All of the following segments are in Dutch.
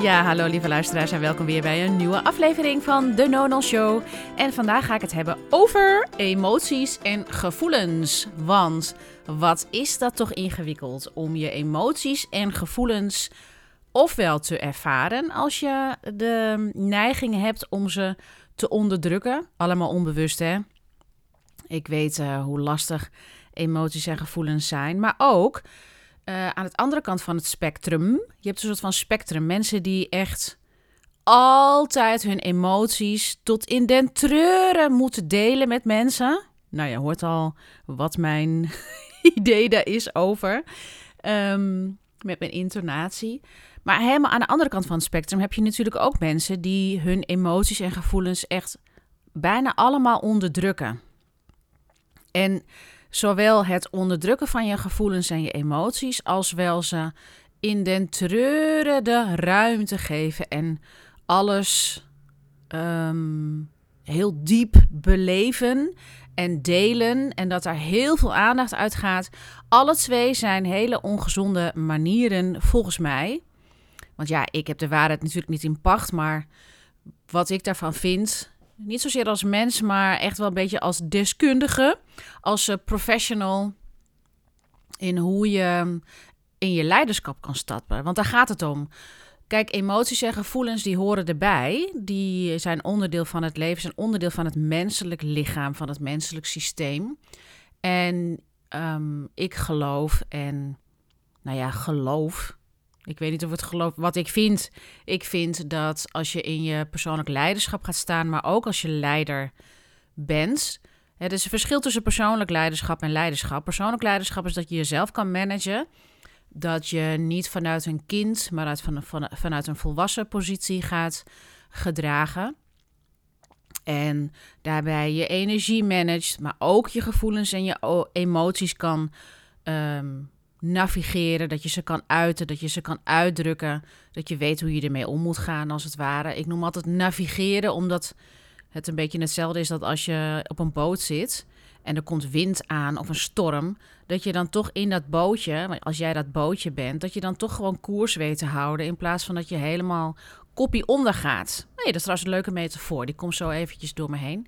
Ja, hallo lieve luisteraars en welkom weer bij een nieuwe aflevering van de Nonon Show. En vandaag ga ik het hebben over emoties en gevoelens. Want wat is dat toch ingewikkeld om je emoties en gevoelens ofwel te ervaren als je de neiging hebt om ze te onderdrukken. Allemaal onbewust, hè. Ik weet hoe lastig emoties en gevoelens zijn, maar ook aan de andere kant van het spectrum. Je hebt een soort van spectrum. Mensen die echt altijd hun emoties tot in den treuren moeten delen met mensen. Nou, je hoort al wat mijn idee daar is over. Met mijn intonatie. Maar helemaal aan de andere kant van het spectrum heb je natuurlijk ook mensen die hun emoties en gevoelens echt bijna allemaal onderdrukken. En zowel het onderdrukken van je gevoelens en je emoties, als wel ze in den treuren de ruimte geven en alles heel diep beleven en delen en dat er heel veel aandacht uitgaat. Alle twee zijn hele ongezonde manieren volgens mij. Want ja, ik heb de waarheid natuurlijk niet in pacht, maar wat ik daarvan vind, niet zozeer als mens, maar echt wel een beetje als deskundige, als professional in hoe je in je leiderschap kan stappen. Want daar gaat het om. Kijk, emoties en gevoelens die horen erbij. Die zijn onderdeel van het leven, zijn onderdeel van het menselijk lichaam, van het menselijk systeem. En ik geloof ik weet niet of het geloof. Wat ik vind. Ik vind dat als je in je persoonlijk leiderschap gaat staan, maar ook als je leider bent. Er is een verschil tussen persoonlijk leiderschap en leiderschap. Persoonlijk leiderschap is dat je jezelf kan managen. Dat je niet vanuit een kind, maar vanuit een volwassen positie gaat gedragen. En daarbij je energie managt, maar ook je gevoelens en je emoties kan navigeren, dat je ze kan uiten, dat je ze kan uitdrukken, dat je weet hoe je ermee om moet gaan als het ware. Ik noem altijd navigeren, omdat het een beetje hetzelfde is dat als je op een boot zit en er komt wind aan of een storm, dat je dan toch in dat bootje, als jij dat bootje bent, dat je dan toch gewoon koers weet te houden in plaats van dat je helemaal koppie onder gaat. Nee, dat is trouwens een leuke metafoor, die komt zo eventjes door me heen.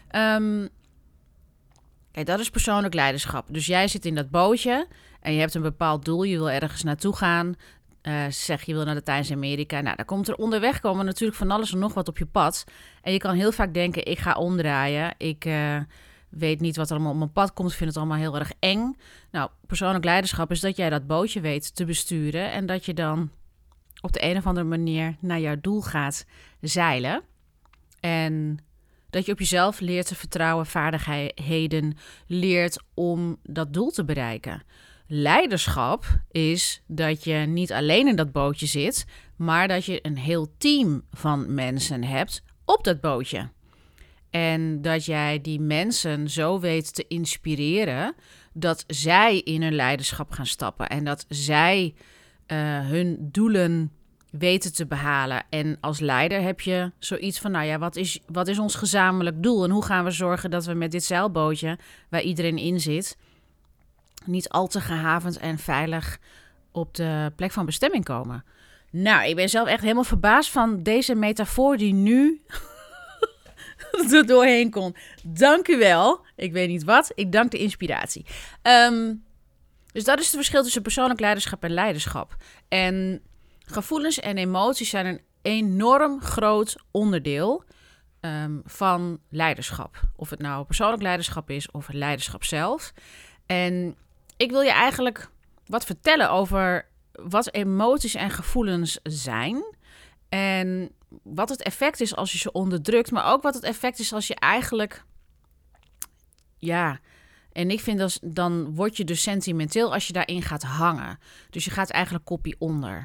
Kijk, dat is persoonlijk leiderschap. Dus jij zit in dat bootje en je hebt een bepaald doel. Je wil ergens naartoe gaan. Zeg je wil naar Latijns-Amerika. Nou, dan komt er onderweg komen natuurlijk van alles en nog wat op je pad. En je kan heel vaak denken, ik ga omdraaien. Ik weet niet wat er allemaal op mijn pad komt. Ik vind het allemaal heel erg eng. Nou, persoonlijk leiderschap is dat jij dat bootje weet te besturen. En dat je dan op de een of andere manier naar jouw doel gaat zeilen. En dat je op jezelf leert te vertrouwen, vaardigheden leert om dat doel te bereiken. Leiderschap is dat je niet alleen in dat bootje zit, maar dat je een heel team van mensen hebt op dat bootje. En dat jij die mensen zo weet te inspireren dat zij in hun leiderschap gaan stappen. En dat zij hun doelen weten te behalen. En als leider heb je zoiets van, nou ja, wat is ons gezamenlijk doel? En hoe gaan we zorgen dat we met dit zeilbootje, waar iedereen in zit, niet al te gehavend en veilig op de plek van bestemming komen? Nou, ik ben zelf echt helemaal verbaasd van deze metafoor die nu er doorheen komt. Dank u wel. Ik weet niet wat. Ik dank de inspiratie. Dus dat is het verschil tussen persoonlijk leiderschap en leiderschap. En gevoelens en emoties zijn een enorm groot onderdeel van leiderschap. Of het nou persoonlijk leiderschap is of het leiderschap zelf. En ik wil je eigenlijk wat vertellen over wat emoties en gevoelens zijn. En wat het effect is als je ze onderdrukt. Maar ook wat het effect is als je eigenlijk, en ik vind dan word je dus sentimenteel als je daarin gaat hangen. Dus je gaat eigenlijk koppie onder.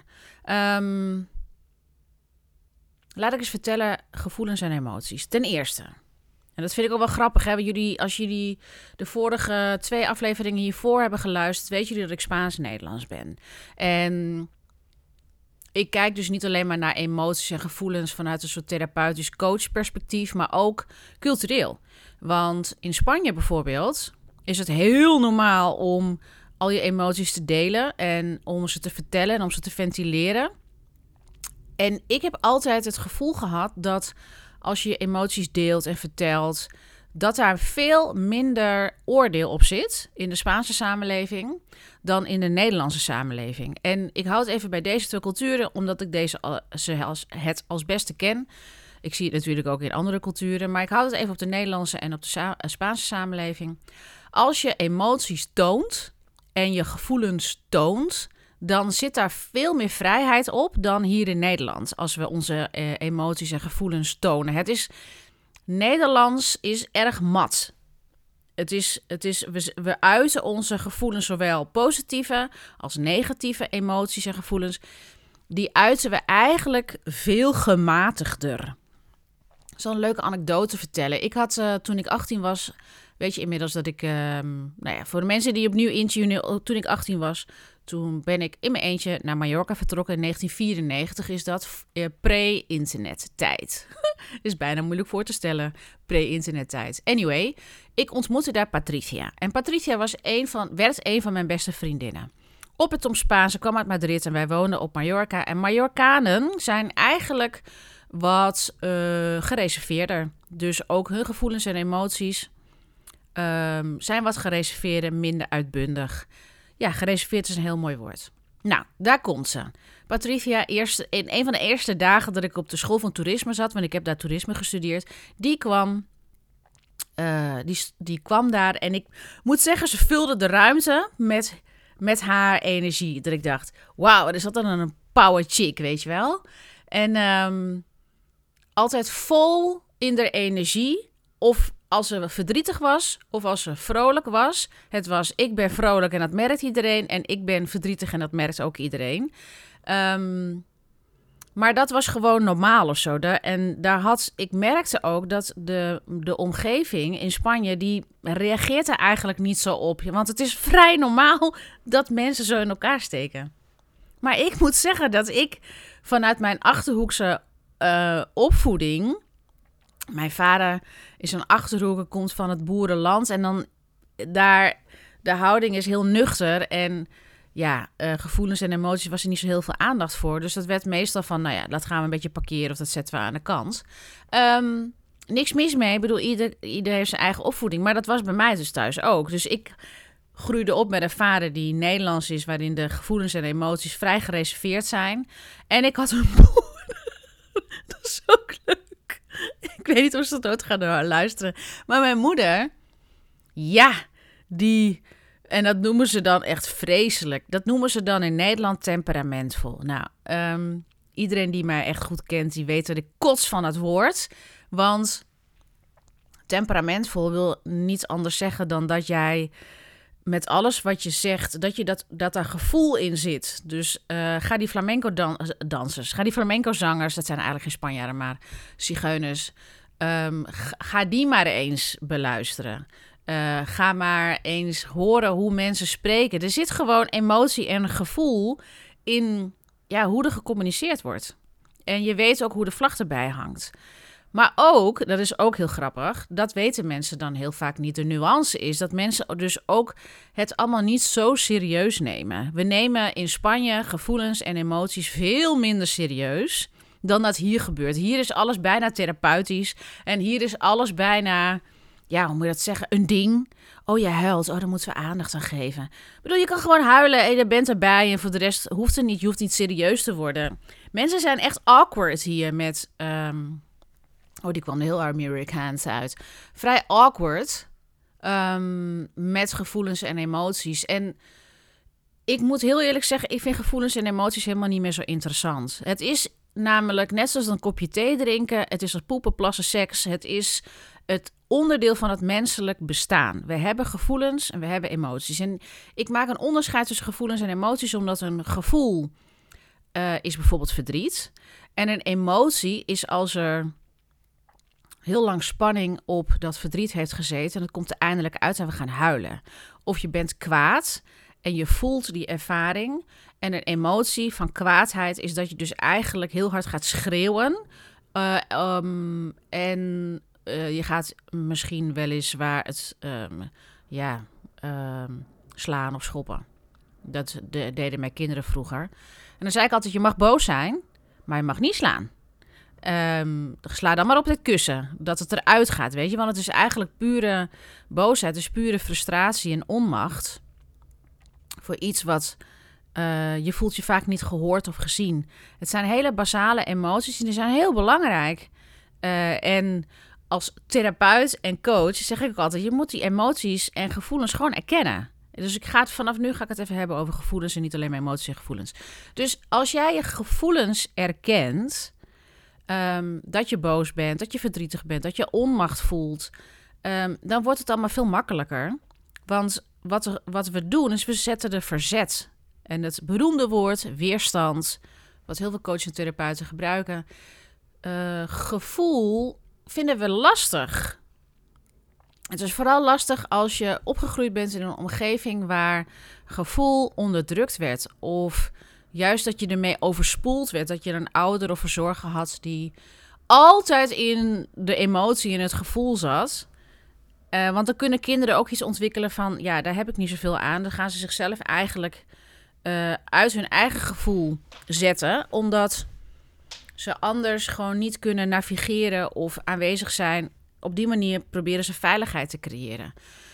Laat ik eens vertellen, gevoelens en emoties. Ten eerste, en dat vind ik ook wel grappig, hè? Als jullie de vorige 2 afleveringen hiervoor hebben geluisterd, weten jullie dat ik Spaans-Nederlands ben. En ik kijk dus niet alleen maar naar emoties en gevoelens vanuit een soort therapeutisch coachperspectief, maar ook cultureel. Want in Spanje bijvoorbeeld is het heel normaal om al je emoties te delen en om ze te vertellen en om ze te ventileren. En ik heb altijd het gevoel gehad dat als je emoties deelt en vertelt, dat daar veel minder oordeel op zit in de Spaanse samenleving dan in de Nederlandse samenleving. En ik houd even bij deze twee culturen, omdat ik het als beste ken. Ik zie het natuurlijk ook in andere culturen, maar ik houd het even op de Nederlandse en op de Spaanse samenleving. Als je emoties toont en je gevoelens toont, dan zit daar veel meer vrijheid op dan hier in Nederland. Als we onze emoties en gevoelens tonen. Nederlands is erg mat. We uiten onze gevoelens, zowel positieve als negatieve emoties en gevoelens. Die uiten we eigenlijk veel gematigder. Ik zal een leuke anekdote vertellen. Ik had toen ik 18 was, weet je inmiddels dat ik, voor de mensen die opnieuw intunen, toen ik 18 was, toen ben ik in mijn eentje naar Mallorca vertrokken. In 1994 is dat pre-internettijd. Is bijna moeilijk voor te stellen, pre-internettijd. Anyway, ik ontmoette daar Patricia. En Patricia werd een van mijn beste vriendinnen. Op het Tom Spaan, ze kwam uit Madrid en wij woonden op Mallorca. En Mallorcanen zijn eigenlijk wat gereserveerder. Dus ook hun gevoelens en emoties zijn wat gereserveerder, minder uitbundig. Ja, gereserveerd is een heel mooi woord. Nou, daar komt ze. Patricia, in een van de eerste dagen dat ik op de school van toerisme zat, want ik heb daar toerisme gestudeerd, die kwam daar en ik moet zeggen, ze vulde de ruimte met haar energie. Dat ik dacht, wauw, er zat dan een power chick, weet je wel. En altijd vol in de energie, of als ze verdrietig was of als ze vrolijk was. Het was, ik ben vrolijk en dat merkt iedereen. En ik ben verdrietig en dat merkt ook iedereen. Maar dat was gewoon normaal of zo. Ik merkte ook dat de omgeving in Spanje, die reageert er eigenlijk niet zo op. Want het is vrij normaal dat mensen zo in elkaar steken. Maar ik moet zeggen dat ik vanuit mijn Achterhoekse opvoeding, mijn vader is een Achterhoeker, komt van het boerenland. En dan daar, de houding is heel nuchter. En ja, gevoelens en emoties was er niet zo heel veel aandacht voor. Dus dat werd meestal van, dat gaan we een beetje parkeren of dat zetten we aan de kant. Niks mis mee. Ik bedoel, ieder heeft zijn eigen opvoeding. Maar dat was bij mij dus thuis ook. Dus ik groeide op met een vader die Nederlands is, waarin de gevoelens en emoties vrij gereserveerd zijn. En ik had een moeder. Dat is ook leuk. Ik weet niet of ze dat gaan luisteren. Maar mijn moeder, en dat noemen ze dan echt vreselijk. Dat noemen ze dan in Nederland temperamentvol. Nou, iedereen die mij echt goed kent, die weet dat ik kots van het woord. Want temperamentvol wil niets anders zeggen dan dat jij met alles wat je zegt, dat daar gevoel in zit. Dus ga die flamenco-dansers, ga die flamenco-zangers, dat zijn eigenlijk geen Spanjaarden, maar zigeuners, ga die maar eens beluisteren. Ga maar eens horen hoe mensen spreken. Er zit gewoon emotie en gevoel in hoe er gecommuniceerd wordt. En je weet ook hoe de vlag erbij hangt. Maar ook, dat is ook heel grappig, dat weten mensen dan heel vaak niet. De nuance is dat mensen dus ook het allemaal niet zo serieus nemen. We nemen in Spanje gevoelens en emoties veel minder serieus dan dat hier gebeurt. Hier is alles bijna therapeutisch en hier is alles bijna, hoe moet je dat zeggen, een ding. Oh, je huilt, daar moeten we aandacht aan geven. Ik bedoel, je kan gewoon huilen en je bent erbij en voor de rest hoeft het niet. Je hoeft niet serieus te worden. Mensen zijn echt awkward hier met die kwam er heel Amerikaans uit. Vrij awkward met gevoelens en emoties. En ik moet heel eerlijk zeggen, ik vind gevoelens en emoties helemaal niet meer zo interessant. Het is namelijk net zoals een kopje thee drinken. Het is als poepen, plassen, seks. Het is het onderdeel van het menselijk bestaan. We hebben gevoelens en we hebben emoties. En ik maak een onderscheid tussen gevoelens en emoties, omdat een gevoel is bijvoorbeeld verdriet. En een emotie is als er heel lang spanning op dat verdriet heeft gezeten en het komt er eindelijk uit en we gaan huilen. Of je bent kwaad en je voelt die ervaring. En een emotie van kwaadheid is dat je dus eigenlijk heel hard gaat schreeuwen. Je gaat misschien weliswaar het slaan of schoppen. Dat deden mijn kinderen vroeger. En dan zei ik altijd, je mag boos zijn, maar je mag niet slaan. Sla dan maar op dit kussen, dat het eruit gaat, weet je. Want het is eigenlijk pure boosheid, het is pure frustratie en onmacht voor iets wat je voelt je vaak niet gehoord of gezien. Het zijn hele basale emoties en die zijn heel belangrijk. En als therapeut en coach zeg ik ook altijd, je moet die emoties en gevoelens gewoon erkennen. Dus vanaf nu ga ik het even hebben over gevoelens en niet alleen maar emoties en gevoelens. Dus als jij je gevoelens erkent, dat je boos bent, dat je verdrietig bent, dat je onmacht voelt, dan wordt het allemaal veel makkelijker. Want wat we doen is we zetten de verzet. En het beroemde woord weerstand, wat heel veel coaches en therapeuten gebruiken, gevoel vinden we lastig. Het is vooral lastig als je opgegroeid bent in een omgeving waar gevoel onderdrukt werd. Of juist dat je ermee overspoeld werd. Dat je een ouder of verzorger had die altijd in de emotie en het gevoel zat. Want dan kunnen kinderen ook iets ontwikkelen van, ja, daar heb ik niet zoveel aan. Dan gaan ze zichzelf eigenlijk uit hun eigen gevoel zetten. Omdat ze anders gewoon niet kunnen navigeren of aanwezig zijn. Op die manier proberen ze veiligheid te creëren.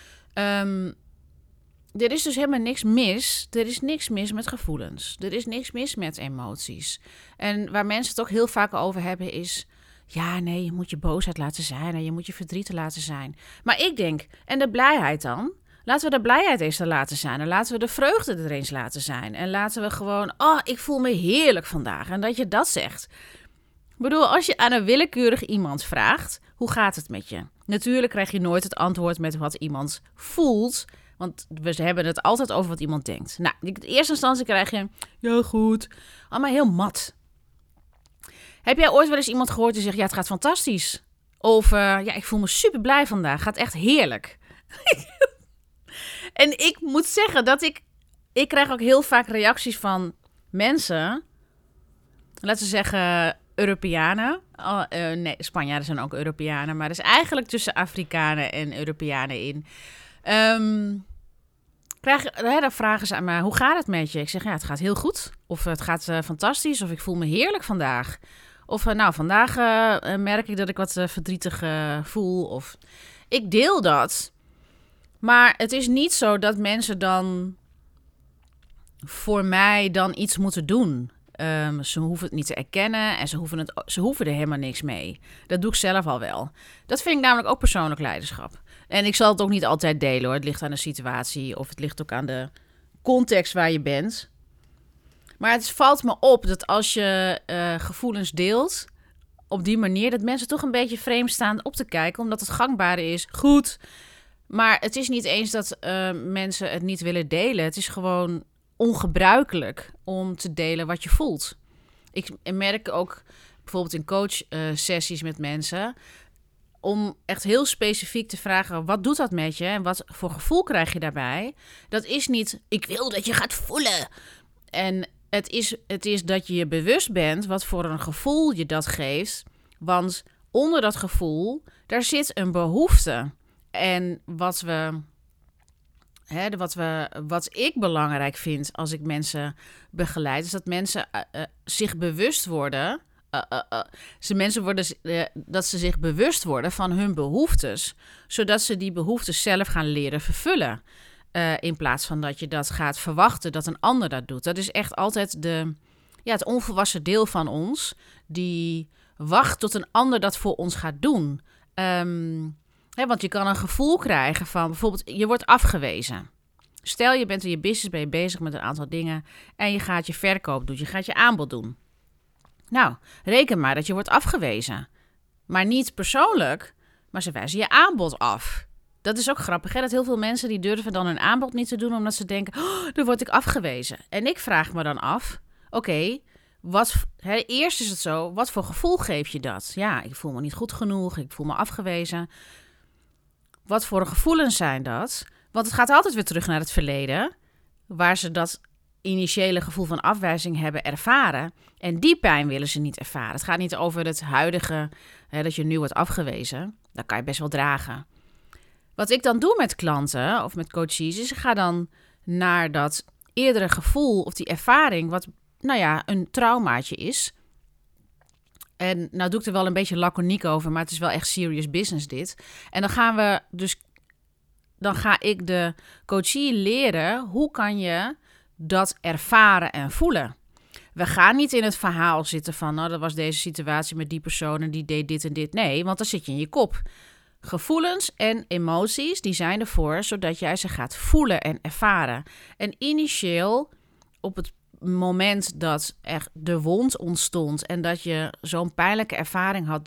Er is dus helemaal niks mis. Er is niks mis met gevoelens. Er is niks mis met emoties. En waar mensen het ook heel vaak over hebben is, ja, nee, je moet je boosheid laten zijn en je moet je verdriet laten zijn. Maar ik denk, en de blijheid dan? Laten we de blijheid eens laten zijn en laten we de vreugde er eens laten zijn. En laten we gewoon, ik voel me heerlijk vandaag. En dat je dat zegt. Ik bedoel, als je aan een willekeurig iemand vraagt, hoe gaat het met je? Natuurlijk krijg je nooit het antwoord met wat iemand voelt, want we hebben het altijd over wat iemand denkt. Nou, in eerste instantie krijg je, ja goed, allemaal heel mat. Heb jij ooit wel eens iemand gehoord die zegt, ja het gaat fantastisch? Of, ja ik voel me super blij vandaag, gaat echt heerlijk. En ik moet zeggen dat ik krijg ook heel vaak reacties van mensen, laten we zeggen Europeanen. Nee, Spanjaarden zijn ook Europeanen, maar er is eigenlijk tussen Afrikanen en Europeanen in. Dan vragen ze aan mij, hoe gaat het met je? Ik zeg, ja, het gaat heel goed. Of het gaat fantastisch, of ik voel me heerlijk vandaag. Of vandaag merk ik dat ik wat verdrietig voel. Of ik deel dat. Maar het is niet zo dat mensen dan voor mij dan iets moeten doen. Ze hoeven het niet te erkennen en ze hoeven er helemaal niks mee. Dat doe ik zelf al wel. Dat vind ik namelijk ook persoonlijk leiderschap. En ik zal het ook niet altijd delen hoor. Het ligt aan de situatie of het ligt ook aan de context waar je bent. Maar het valt me op dat als je gevoelens deelt op die manier, dat mensen toch een beetje vreemd staan op te kijken, omdat het gangbare is. Goed, maar het is niet eens dat mensen het niet willen delen. Het is gewoon ongebruikelijk om te delen wat je voelt. Ik merk ook bijvoorbeeld in coachsessies met mensen, om echt heel specifiek te vragen, wat doet dat met je en wat voor gevoel krijg je daarbij? Dat is niet, ik wil dat je gaat voelen. En het is dat je je bewust bent wat voor een gevoel je dat geeft. Want onder dat gevoel, daar zit een behoefte. En wat ik belangrijk vind als ik mensen begeleid, is dat mensen zich bewust worden. Dat ze zich bewust worden van hun behoeftes, zodat ze die behoeftes zelf gaan leren vervullen. In plaats van dat je dat gaat verwachten dat een ander dat doet. Dat is echt altijd het onvolwassen deel van ons die wacht tot een ander dat voor ons gaat doen. Want je kan een gevoel krijgen van bijvoorbeeld, je wordt afgewezen. Stel, je bent in je business, ben je bezig met een aantal dingen en je gaat je verkoop doen, je gaat je aanbod doen. Nou, reken maar dat je wordt afgewezen. Maar niet persoonlijk, maar ze wijzen je aanbod af. Dat is ook grappig, hè? Dat heel veel mensen die durven dan hun aanbod niet te doen, omdat ze denken, dan word ik afgewezen. En ik vraag me dan af, oké, eerst is het zo, wat voor gevoel geef je dat? Ja, ik voel me niet goed genoeg, ik voel me afgewezen. Wat voor gevoelens zijn dat? Want het gaat altijd weer terug naar het verleden, waar ze dat initiële gevoel van afwijzing hebben ervaren. En die pijn willen ze niet ervaren. Het gaat niet over het huidige, dat je nu wordt afgewezen. Dat kan je best wel dragen. Wat ik dan doe met klanten of met coaches, is ik ga dan naar dat eerdere gevoel of die ervaring, wat een traumaatje is. En nou doe ik er wel een beetje laconiek over, maar het is wel echt serious business dit. En dan ga ik de coachie leren, hoe kan je dat ervaren en voelen. We gaan niet in het verhaal zitten van, nou, dat was deze situatie met die persoon en die deed dit en dit. Nee, want dan zit je in je kop. Gevoelens en emoties, die zijn ervoor zodat jij ze gaat voelen en ervaren. En initieel, op het moment dat er de wond ontstond en dat je zo'n pijnlijke ervaring had,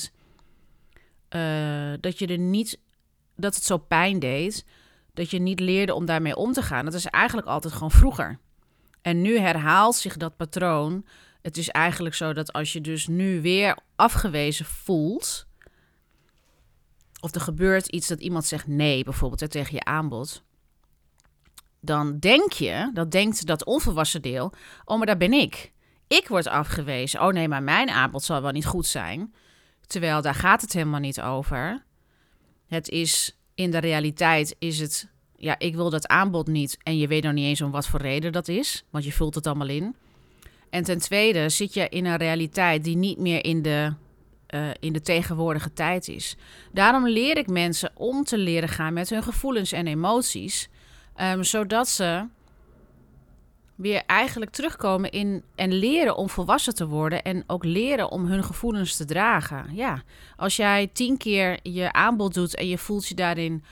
dat het zo pijn deed, dat je niet leerde om daarmee om te gaan. Dat is eigenlijk altijd gewoon vroeger. En nu herhaalt zich dat patroon. Het is eigenlijk zo dat als je dus nu weer afgewezen voelt, of er gebeurt iets dat iemand zegt nee, bijvoorbeeld tegen je aanbod, dan denkt dat onvolwassen deel, oh, maar daar ben ik. Ik word afgewezen. Oh nee, maar mijn aanbod zal wel niet goed zijn. Terwijl daar gaat het helemaal niet over. Het is, in de realiteit is het, ja, ik wil dat aanbod niet en je weet nog niet eens om wat voor reden dat is, want je vult het allemaal in. En ten tweede zit je in een realiteit die niet meer in de tegenwoordige tijd is. Daarom leer ik mensen om te leren gaan met hun gevoelens en emoties, zodat ze weer eigenlijk terugkomen en leren om volwassen te worden en ook leren om hun gevoelens te dragen. Ja, als jij 10 keer je aanbod doet en je voelt je daarin,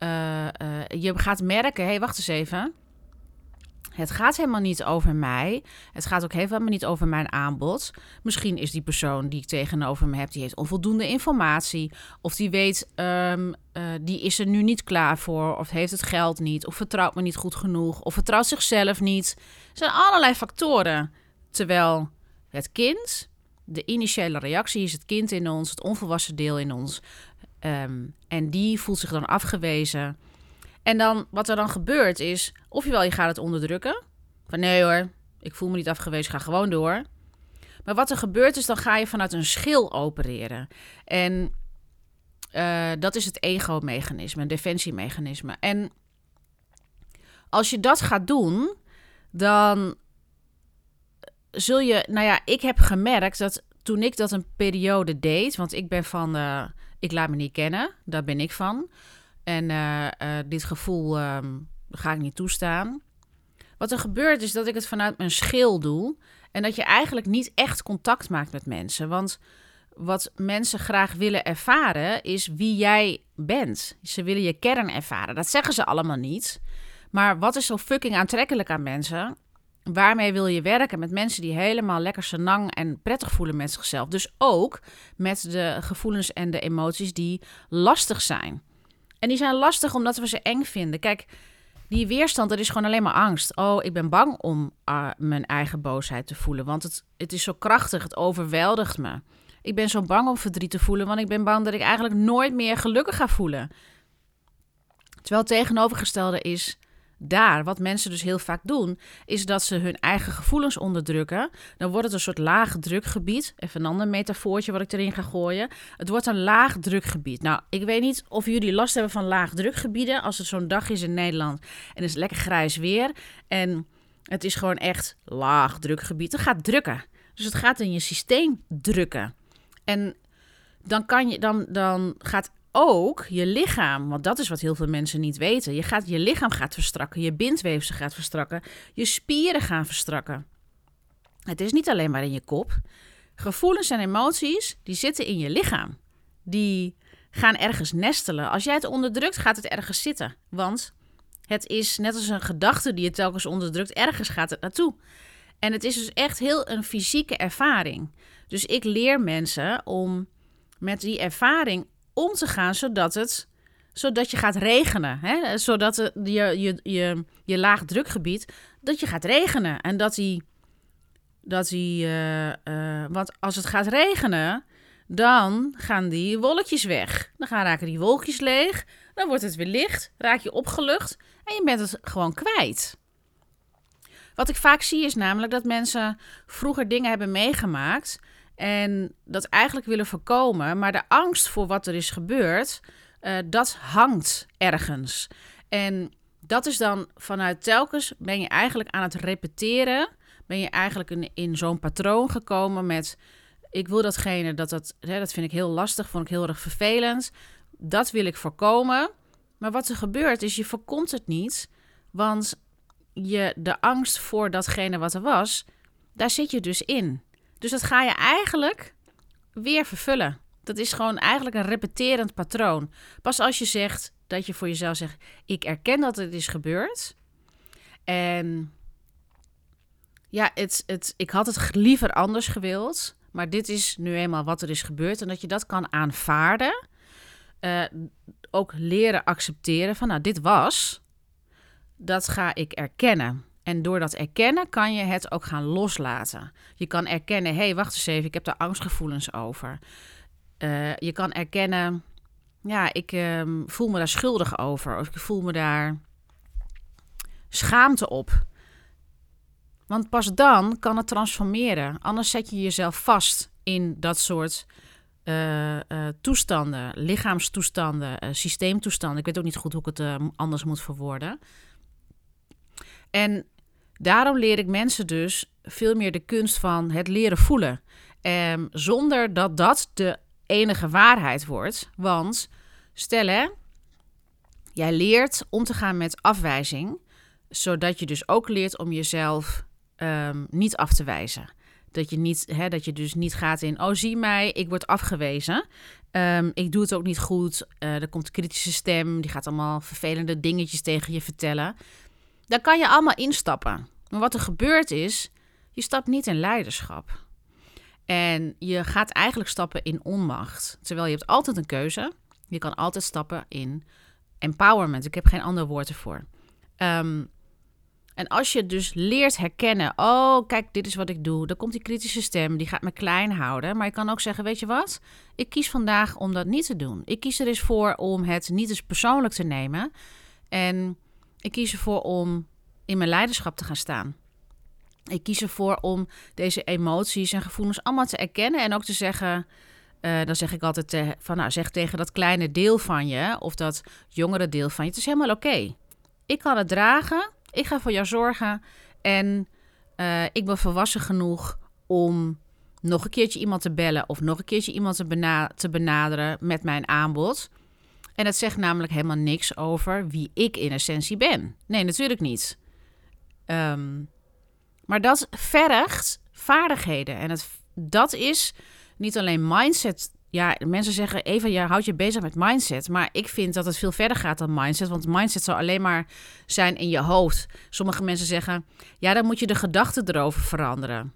je gaat merken, hé, wacht eens even. Het gaat helemaal niet over mij. Het gaat ook helemaal niet over mijn aanbod. Misschien is die persoon die ik tegenover me heb, die heeft onvoldoende informatie. Of die weet, die is er nu niet klaar voor. Of heeft het geld niet. Of vertrouwt me niet goed genoeg. Of vertrouwt zichzelf niet. Er zijn allerlei factoren. Terwijl het kind, de initiële reactie is het kind in ons, het onvolwassen deel in ons. En die voelt zich dan afgewezen. En dan, wat er dan gebeurt is, ofwel je gaat het onderdrukken. Van nee hoor, ik voel me niet afgewezen, ga gewoon door. Maar wat er gebeurt is, dan ga je vanuit een schil opereren. En dat is het ego-mechanisme, een defensiemechanisme. En als je dat gaat doen, dan zul je, nou ja, ik heb gemerkt dat toen ik dat een periode deed, want ik ben van, ik laat me niet kennen, daar ben ik van. En dit gevoel ga ik niet toestaan. Wat er gebeurt is dat ik het vanuit mijn schil doe. En dat je eigenlijk niet echt contact maakt met mensen. Want wat mensen graag willen ervaren is wie jij bent. Ze willen je kern ervaren. Dat zeggen ze allemaal niet. Maar wat is zo fucking aantrekkelijk aan mensen? Waarmee wil je werken? Met mensen die helemaal lekker senang en prettig voelen met zichzelf. Dus ook met de gevoelens en de emoties die lastig zijn. En die zijn lastig omdat we ze eng vinden. Kijk, die weerstand, dat is gewoon alleen maar angst. Oh, ik ben bang om mijn eigen boosheid te voelen. Want het is zo krachtig, het overweldigt me. Ik ben zo bang om verdriet te voelen, want ik ben bang dat ik eigenlijk nooit meer gelukkig ga voelen. Terwijl het tegenovergestelde is daar. Wat mensen dus heel vaak doen, is dat ze hun eigen gevoelens onderdrukken. Dan wordt het een soort laag drukgebied. Even een ander metafoortje wat ik erin ga gooien. Het wordt een laag drukgebied. Nou, ik weet niet of jullie last hebben van laag drukgebieden. Als het zo'n dag is in Nederland en het is lekker grijs weer en het is gewoon echt laag drukgebied. Het gaat drukken. Dus het gaat in je systeem drukken. En dan gaat ook je lichaam, want dat is wat heel veel mensen niet weten. Je lichaam gaat verstrakken, je bindweefsel gaat verstrakken, je spieren gaan verstrakken. Het is niet alleen maar in je kop. Gevoelens en emoties, die zitten in je lichaam. Die gaan ergens nestelen. Als jij het onderdrukt, gaat het ergens zitten. Want het is net als een gedachte die je telkens onderdrukt, ergens gaat het naartoe. En het is dus echt heel een fysieke ervaring. Dus ik leer mensen om met die ervaring om te gaan, zodat je gaat regenen. Hè? Zodat je laag drukgebied, dat je gaat regenen. En want als het gaat regenen, dan gaan die wolkjes weg. Dan raken die wolkjes leeg, dan wordt het weer licht, raak je opgelucht en je bent het gewoon kwijt. Wat ik vaak zie is namelijk dat mensen vroeger dingen hebben meegemaakt en dat eigenlijk willen voorkomen, maar de angst voor wat er is gebeurd, dat hangt ergens. En dat is dan vanuit telkens ben je eigenlijk aan het repeteren, ben je eigenlijk in zo'n patroon gekomen met Ik wil datgene, dat vind ik heel lastig, vond ik heel erg vervelend. Dat wil ik voorkomen. Maar wat er gebeurt is, je voorkomt het niet. Want de angst voor datgene wat er was, daar zit je dus in. Dus dat ga je eigenlijk weer vervullen. Dat is gewoon eigenlijk een repeterend patroon. Pas als je zegt, dat je voor jezelf zegt, ik erken dat het is gebeurd. En ja, ik had het liever anders gewild. Maar dit is nu eenmaal wat er is gebeurd. En dat je dat kan aanvaarden. Ook leren accepteren van, nou, dit was. Dat ga ik erkennen. En door dat erkennen kan je het ook gaan loslaten. Je kan erkennen, hé, wacht eens even, ik heb daar angstgevoelens over. Je kan erkennen, ja, ik voel me daar schuldig over. Of ik voel me daar schaamte op. Want pas dan kan het transformeren. Anders zet je jezelf vast in dat soort toestanden, lichaamstoestanden, systeemtoestanden. Ik weet ook niet goed hoe ik het anders moet verwoorden. En daarom leer ik mensen dus veel meer de kunst van het leren voelen. Zonder dat dat de enige waarheid wordt. Want stel hè, jij leert om te gaan met afwijzing. Zodat je dus ook leert om jezelf niet af te wijzen. Dat je dus niet gaat in, oh zie mij, ik word afgewezen. Ik doe het ook niet goed. Er komt een kritische stem, die gaat allemaal vervelende dingetjes tegen je vertellen. Daar kan je allemaal instappen. Maar wat er gebeurt is, je stapt niet in leiderschap. En je gaat eigenlijk stappen in onmacht. Terwijl je hebt altijd een keuze. Je kan altijd stappen in empowerment. Ik heb geen ander woord ervoor. En als je dus leert herkennen, oh kijk, dit is wat ik doe. Dan komt die kritische stem, die gaat me klein houden. Maar je kan ook zeggen, weet je wat? Ik kies vandaag om dat niet te doen. Ik kies er eens voor om het niet eens persoonlijk te nemen. En ik kies ervoor om in mijn leiderschap te gaan staan. Ik kies ervoor om deze emoties en gevoelens allemaal te erkennen. En ook te zeggen, dan zeg ik altijd zeg tegen dat kleine deel van je, of dat jongere deel van je, het is helemaal oké. Ik kan het dragen, ik ga voor jou zorgen en ik ben volwassen genoeg om nog een keertje iemand te bellen of nog een keertje iemand te benaderen met mijn aanbod. En het zegt namelijk helemaal niks over wie ik in essentie ben. Nee, natuurlijk niet. Maar dat vergt vaardigheden. En dat is niet alleen mindset. Ja, mensen zeggen, Eva, je houdt je bezig met mindset. Maar ik vind dat het veel verder gaat dan mindset. Want mindset zou alleen maar zijn in je hoofd. Sommige mensen zeggen, ja, dan moet je de gedachten erover veranderen.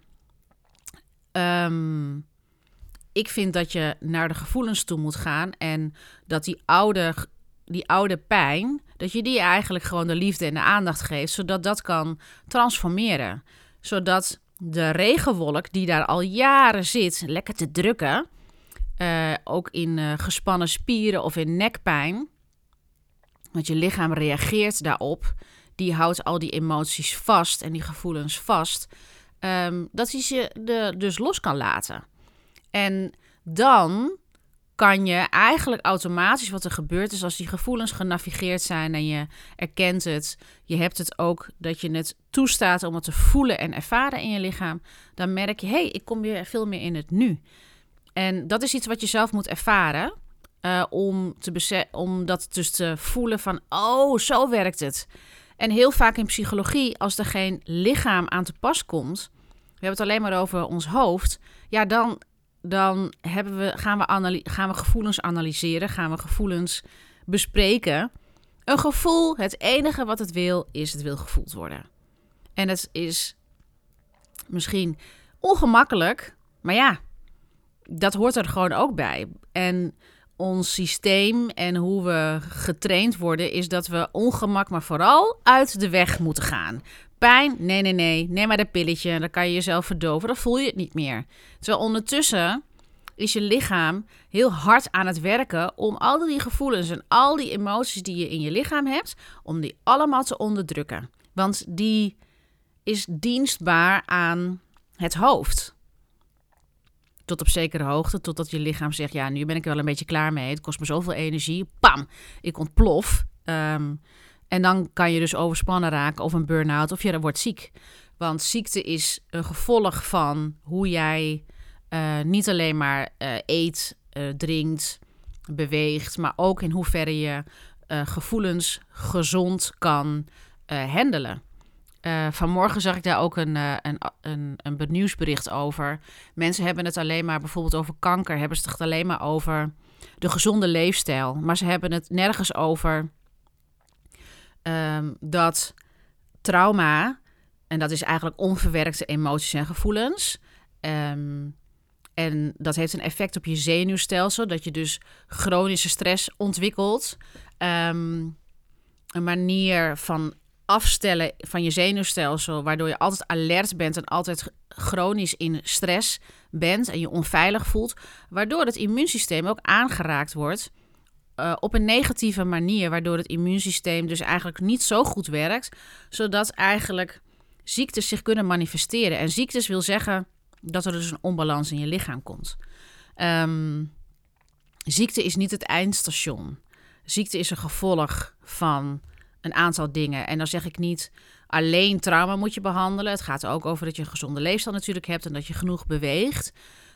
Ik vind dat je naar de gevoelens toe moet gaan. En dat die oude pijn, dat je die eigenlijk gewoon de liefde en de aandacht geeft. Zodat dat kan transformeren. Zodat de regenwolk die daar al jaren zit, lekker te drukken. Ook in gespannen spieren of in nekpijn. Want je lichaam reageert daarop. Die houdt al die emoties vast en die gevoelens vast. Dat hij ze dus los kan laten. En dan kan je eigenlijk automatisch wat er gebeurt is als die gevoelens genavigeerd zijn en je erkent het. Je hebt het ook dat je het toestaat om het te voelen en ervaren in je lichaam. Dan merk je, hey, ik kom weer veel meer in het nu. En dat is iets wat je zelf moet ervaren. Om dat dus te voelen van, oh, zo werkt het. En heel vaak in psychologie, als er geen lichaam aan te pas komt, we hebben het alleen maar over ons hoofd, ja, dan gaan we gevoelens analyseren, gaan we gevoelens bespreken. Een gevoel, het enige wat het wil, is het wil gevoeld worden. En het is misschien ongemakkelijk, maar ja, dat hoort er gewoon ook bij. En ons systeem en hoe we getraind worden is dat we ongemak maar vooral uit de weg moeten gaan. Pijn? Nee. Neem maar dat pilletje. Dan kan je jezelf verdoven. Dan voel je het niet meer. Terwijl ondertussen is je lichaam heel hard aan het werken om al die gevoelens en al die emoties die je in je lichaam hebt, om die allemaal te onderdrukken. Want die is dienstbaar aan het hoofd. Tot op zekere hoogte, totdat je lichaam zegt, ja, nu ben ik er wel een beetje klaar mee. Het kost me zoveel energie. Pam, ik ontplof. En dan kan je dus overspannen raken of een burn-out of je wordt ziek. Want ziekte is een gevolg van hoe jij Niet alleen maar eet, drinkt, beweegt, maar ook in hoeverre je gevoelens gezond kan handelen. Vanmorgen zag ik daar ook een nieuwsbericht over. Mensen hebben het alleen maar, bijvoorbeeld over kanker, hebben ze het alleen maar over de gezonde leefstijl. Maar ze hebben het nergens over dat trauma, en dat is eigenlijk onverwerkte emoties en gevoelens. En dat heeft een effect op je zenuwstelsel, dat je dus chronische stress ontwikkelt. Een manier van afstellen van je zenuwstelsel, waardoor je altijd alert bent en altijd chronisch in stress bent en je onveilig voelt, waardoor het immuunsysteem ook aangeraakt wordt op een negatieve manier, waardoor het immuunsysteem dus eigenlijk niet zo goed werkt, zodat eigenlijk ziektes zich kunnen manifesteren. En ziektes wil zeggen dat er dus een onbalans in je lichaam komt. Ziekte is niet het eindstation. Ziekte is een gevolg van een aantal dingen. En dan zeg ik niet alleen trauma moet je behandelen. Het gaat ook over dat je een gezonde leefstijl natuurlijk hebt en dat je genoeg beweegt.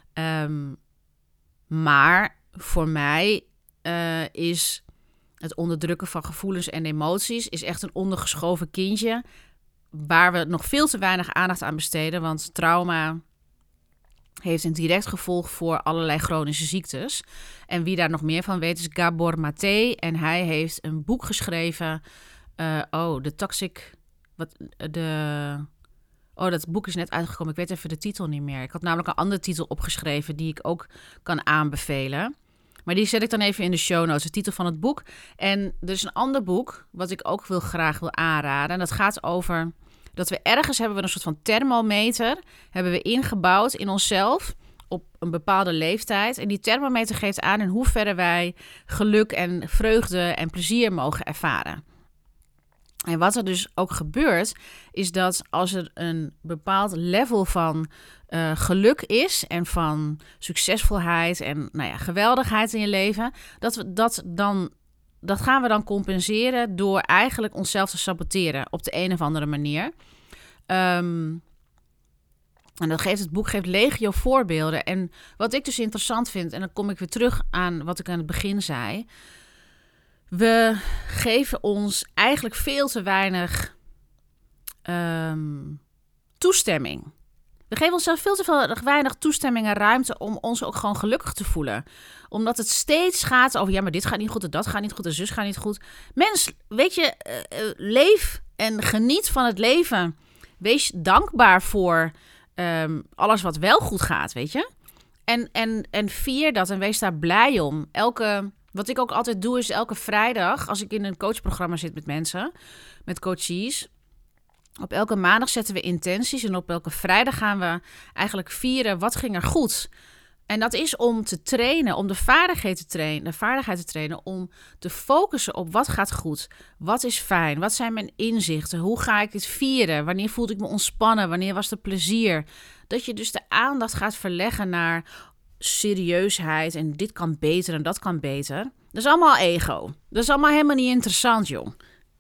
Maar voor mij is het onderdrukken van gevoelens en emoties is echt een ondergeschoven kindje waar we nog veel te weinig aandacht aan besteden. Want trauma heeft een direct gevolg voor allerlei chronische ziektes. En wie daar nog meer van weet is Gabor Maté. En hij heeft een boek geschreven. Dat boek is net uitgekomen. Ik weet even de titel niet meer. Ik had namelijk een andere titel opgeschreven die ik ook kan aanbevelen. Maar die zet ik dan even in de show notes, de titel van het boek. En er is een ander boek wat ik ook graag wil aanraden. En dat gaat over dat we ergens hebben we een soort van thermometer hebben we ingebouwd in onszelf op een bepaalde leeftijd. En die thermometer geeft aan in hoeverre wij geluk en vreugde en plezier mogen ervaren. En wat er dus ook gebeurt, is dat als er een bepaald level van geluk is en van succesvolheid en geweldigheid in je leven, dat gaan we dan compenseren door eigenlijk onszelf te saboteren op de een of andere manier. En het boek geeft legio voorbeelden. En wat ik dus interessant vind, en dan kom ik weer terug aan wat ik aan het begin zei. We geven ons eigenlijk veel te weinig toestemming. We geven onszelf veel te weinig toestemming en ruimte om ons ook gewoon gelukkig te voelen. Omdat het steeds gaat over, ja, maar dit gaat niet goed en dat gaat niet goed en zus gaat niet goed. Mens, weet je, leef en geniet van het leven. Wees dankbaar voor alles wat wel goed gaat, weet je. En vier dat en wees daar blij om. Wat ik ook altijd doe is elke vrijdag, als ik in een coachprogramma zit met mensen, met coaches, op elke maandag zetten we intenties en op elke vrijdag gaan we eigenlijk vieren wat ging er goed. En dat is om te trainen, om de vaardigheid te trainen, om te focussen op wat gaat goed, wat is fijn, wat zijn mijn inzichten, hoe ga ik dit vieren, wanneer voelde ik me ontspannen, wanneer was er plezier. Dat je dus de aandacht gaat verleggen naar serieusheid en dit kan beter en dat kan beter. Dat is allemaal ego. Dat is allemaal helemaal niet interessant, joh.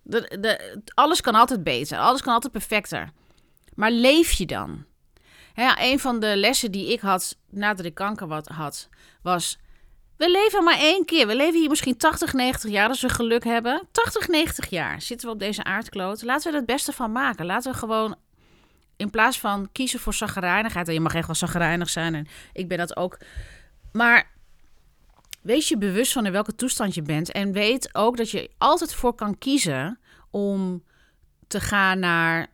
Alles kan altijd beter, alles kan altijd perfecter. Maar leef je dan? Ja, een van de lessen die ik had nadat ik kanker had, was, we leven maar één keer. We leven hier misschien 80, 90 jaar als we geluk hebben. 80, 90 jaar zitten we op deze aardkloot. Laten we er het beste van maken. Laten we gewoon, in plaats van kiezen voor chagrijnigheid, en je mag echt wel chagrijnig zijn en ik ben dat ook. Maar wees je bewust van in welke toestand je bent. En weet ook dat je altijd voor kan kiezen om te gaan naar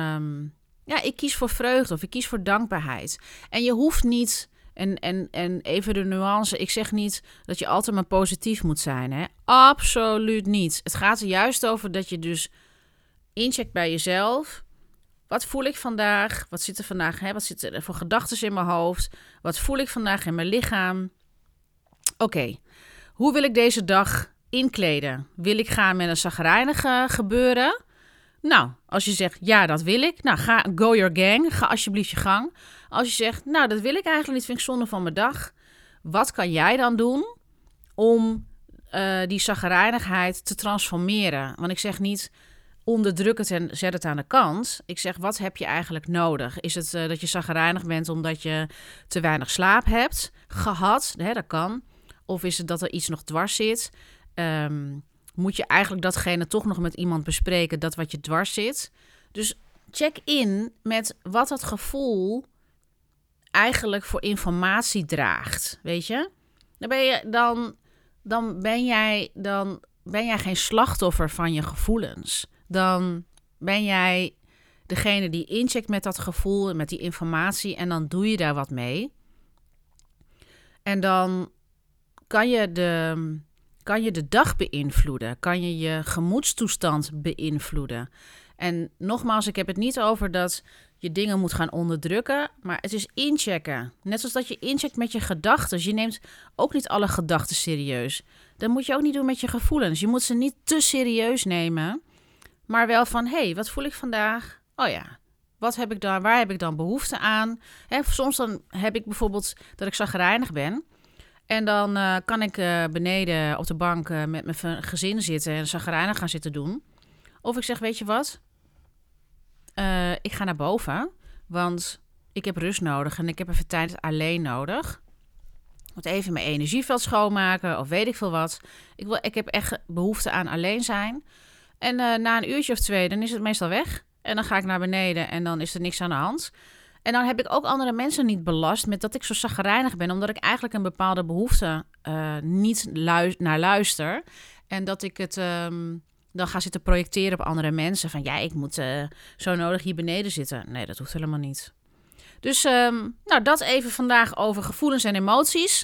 ik kies voor vreugde of ik kies voor dankbaarheid. En je hoeft niet, en even de nuance, ik zeg niet dat je altijd maar positief moet zijn. Hè? Absoluut niet. Het gaat er juist over dat je dus incheckt bij jezelf. Wat voel ik vandaag? Wat zit er vandaag? Wat zitten er voor gedachten in mijn hoofd? Wat voel ik vandaag in mijn lichaam? Oké, hoe wil ik deze dag inkleden? Wil ik gaan met een chagrijnige gebeuren? Nou, als je zegt, ja, dat wil ik. Nou, go your gang. Ga alsjeblieft je gang. Als je zegt, nou, dat wil ik eigenlijk niet. Vind ik zonde van mijn dag. Wat kan jij dan doen om die chagrijnigheid te transformeren? Want ik zeg niet, onderdruk het en zet het aan de kant. Ik zeg, wat heb je eigenlijk nodig? Is het dat je chagrijnig bent omdat je te weinig slaap hebt gehad? Dat kan. Of is het dat er iets nog dwars zit? Moet je eigenlijk datgene toch nog met iemand bespreken, dat wat je dwars zit? Dus check in met wat dat gevoel eigenlijk voor informatie draagt, weet je? Dan ben jij geen slachtoffer van je gevoelens. Dan ben jij degene die incheckt met dat gevoel en met die informatie en dan doe je daar wat mee. En dan kan je de dag beïnvloeden, kan je je gemoedstoestand beïnvloeden. En nogmaals, ik heb het niet over dat je dingen moet gaan onderdrukken, maar het is inchecken. Net zoals dat je incheckt met je gedachten. Je neemt ook niet alle gedachten serieus. Dat moet je ook niet doen met je gevoelens. Je moet ze niet te serieus nemen, maar wel van, hé, wat voel ik vandaag? Oh ja, waar heb ik dan behoefte aan? Soms dan heb ik bijvoorbeeld dat ik chagrijnig ben. En dan kan ik beneden op de bank met mijn gezin zitten en chagrijnig gaan zitten doen. Of ik zeg, weet je wat? Ik ga naar boven, want ik heb rust nodig en ik heb even tijd alleen nodig. Ik moet even mijn energieveld schoonmaken of weet ik veel wat. Ik heb echt behoefte aan alleen zijn. En na een uurtje of 2, dan is het meestal weg. En dan ga ik naar beneden en dan is er niks aan de hand. En dan heb ik ook andere mensen niet belast met dat ik zo chagrijnig ben, omdat ik eigenlijk een bepaalde behoefte niet naar luister. En dat ik het dan ga zitten projecteren op andere mensen. Van ja, ik moet zo nodig hier beneden zitten. Nee, dat hoeft helemaal niet. Dus dat even vandaag over gevoelens en emoties.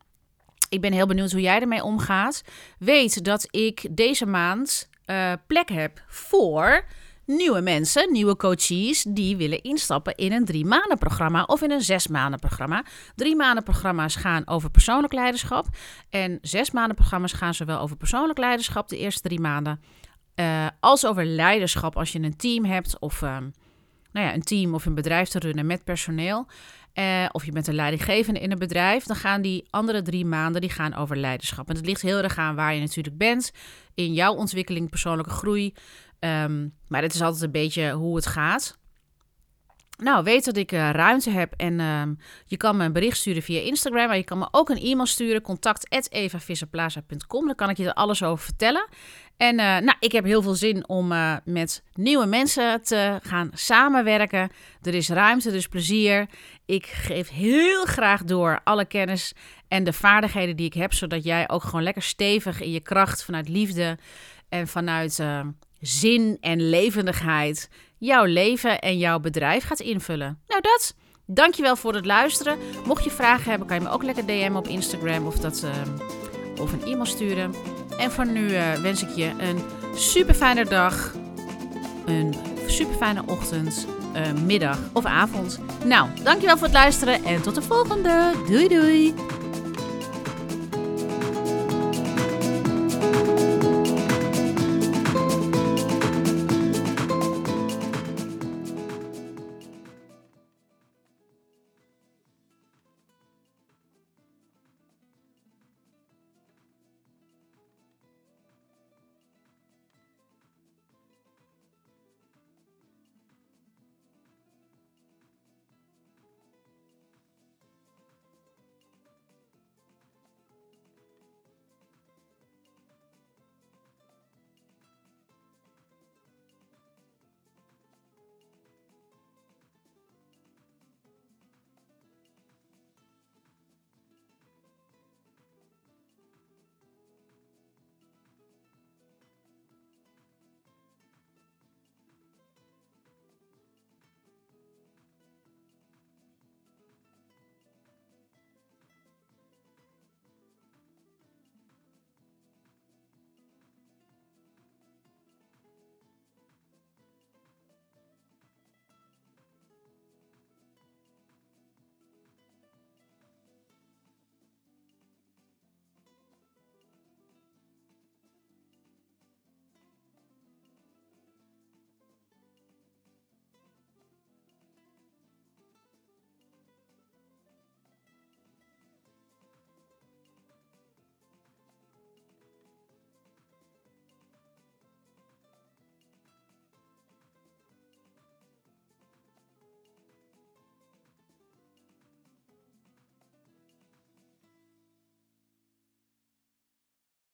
Ik ben heel benieuwd hoe jij ermee omgaat. Weet dat ik deze maand plek heb voor nieuwe mensen, nieuwe coaches die willen instappen in een 3-maanden programma of in een 6-maanden programma. 3-maanden programma's gaan over persoonlijk leiderschap en 6-maanden programma's gaan zowel over persoonlijk leiderschap de eerste 3 maanden als over leiderschap als je een team hebt of een team of een bedrijf te runnen met personeel. Of je bent een leidinggevende in een bedrijf, dan gaan die andere 3 maanden die gaan over leiderschap. En het ligt heel erg aan waar je natuurlijk bent in jouw ontwikkeling, persoonlijke groei. Maar het is altijd een beetje hoe het gaat. Nou, weet dat ik ruimte heb en je kan me een bericht sturen via Instagram. Maar je kan me ook een e-mail sturen, contact@evavisserplaza.com. Dan kan ik je er alles over vertellen. En ik heb heel veel zin om met nieuwe mensen te gaan samenwerken. Er is ruimte, er is plezier. Ik geef heel graag door alle kennis en de vaardigheden die ik heb, zodat jij ook gewoon lekker stevig in je kracht vanuit liefde en vanuit zin en levendigheid jouw leven en jouw bedrijf gaat invullen. Nou dat. Dankjewel voor het luisteren. Mocht je vragen hebben, kan je me ook lekker DM'en op Instagram of een e-mail sturen. En voor nu wens ik je een super fijne dag, een super fijne ochtend, middag of avond. Nou, dankjewel voor het luisteren en tot de volgende. Doei doei!